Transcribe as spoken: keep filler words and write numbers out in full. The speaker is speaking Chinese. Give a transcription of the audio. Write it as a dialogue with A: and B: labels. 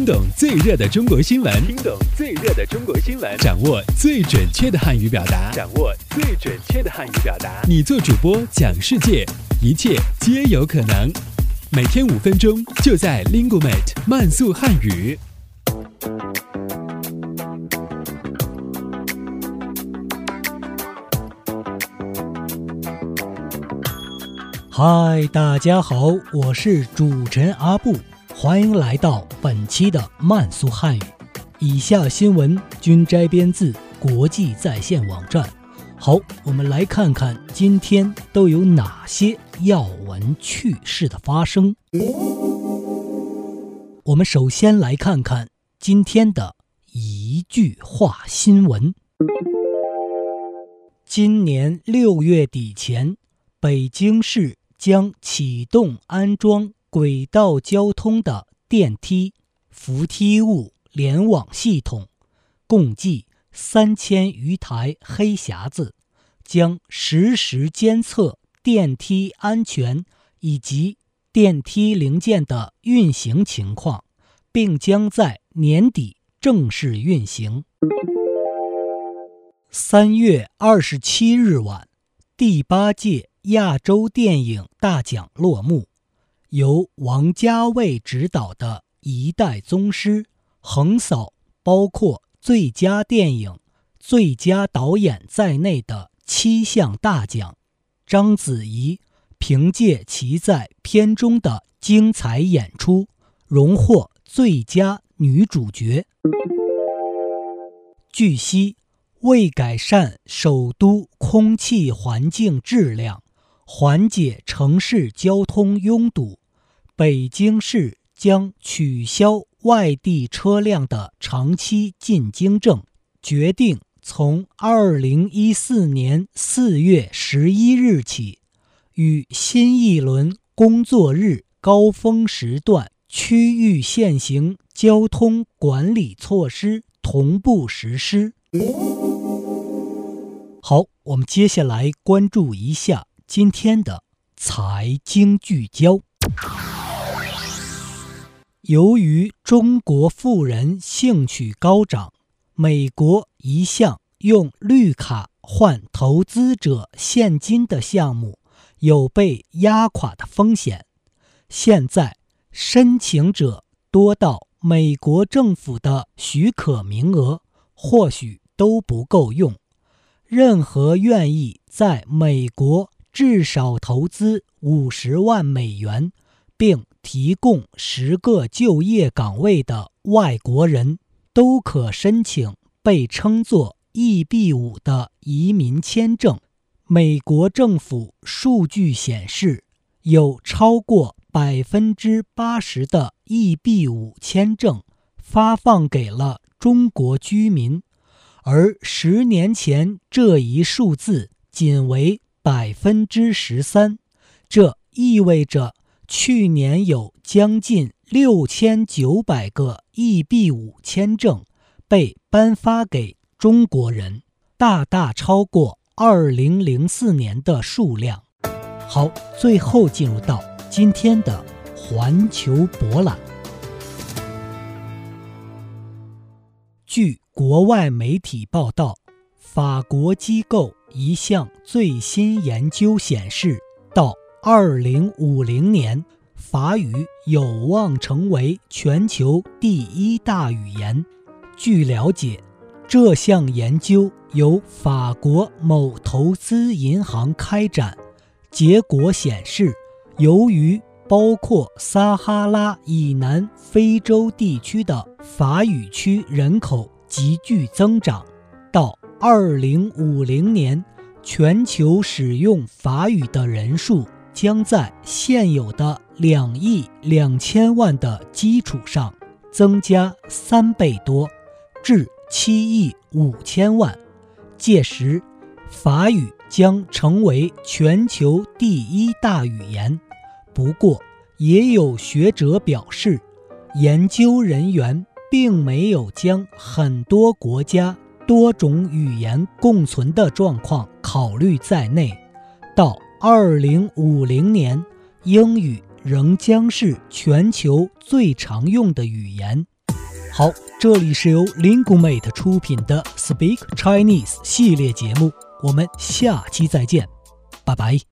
A: 懂最热的中国新闻，
B: 听懂最热的中国新闻，
A: 掌握最准确的汉语表达，
B: 掌握最准确的汉语表达。
A: 你做主播讲世界，一切皆有可能。每天五分钟，就在 Linguamate 慢速汉语。
C: 嗨，大家好，我是主持人阿布，欢迎来到本期的慢速汉语。以下新闻均摘编自国际在线网站。好，我们来看看今天都有哪些要闻趣事的发生。我们首先来看看今天的一句话新闻。今年六月底前，北京市将启动安装轨道交通的电梯、扶梯物联网系统，共计三千余台黑匣子，将实时监测电梯安全以及电梯零件的运行情况，并将在年底正式运行。三月二十七日晚，第八届亚洲电影大奖落幕，由王家卫执导的一代宗师横扫包括最佳电影、最佳导演在内的七项大奖。章子怡凭借其在片中的精彩演出，荣获最佳女主角。据悉，为改善首都空气环境质量，缓解城市交通拥堵，北京市将取消外地车辆的长期进京证，决定从二零一四年四月十一日起，与新一轮工作日高峰时段区域限行交通管理措施同步实施。好，我们接下来关注一下今天的财经聚焦。由于中国富人兴趣高涨，美国一项用绿卡换投资者现金的项目有被压垮的风险。现在申请者多到美国政府的许可名额或许都不够用。任何愿意在美国至少投资五十万美元，并提供十个就业岗位的外国人，都可申请被称作 E B 五 的移民签证。美国政府数据显示，有超过百分之八十的 E B 五 签证发放给了中国居民，而十年前这一数字仅为百分之十三，这意味着去年有将近六千九百个 E B 五 签证被颁发给中国人，大大超过二零零四年的数量。好，最后进入到今天的环球博览。据国外媒体报道，法国机构一项最新研究显示，到二零五零年，法语有望成为全球第一大语言。据了解，这项研究由法国某投资银行开展，结果显示，由于包括撒哈拉以南非洲地区的法语区人口急剧增长，到二零五零年，全球使用法语的人数将在现有的两亿两千万的基础上增加三倍多，至七亿五千万。届时，法语将成为全球第一大语言。不过，也有学者表示，研究人员并没有将很多国家多种语言共存的状况考虑在内。到二零五零年，英语仍将是全球最常用的语言。 好，这里是由 Lingumate 出品的 Speak Chinese 系列节目，我们下期再见，拜拜。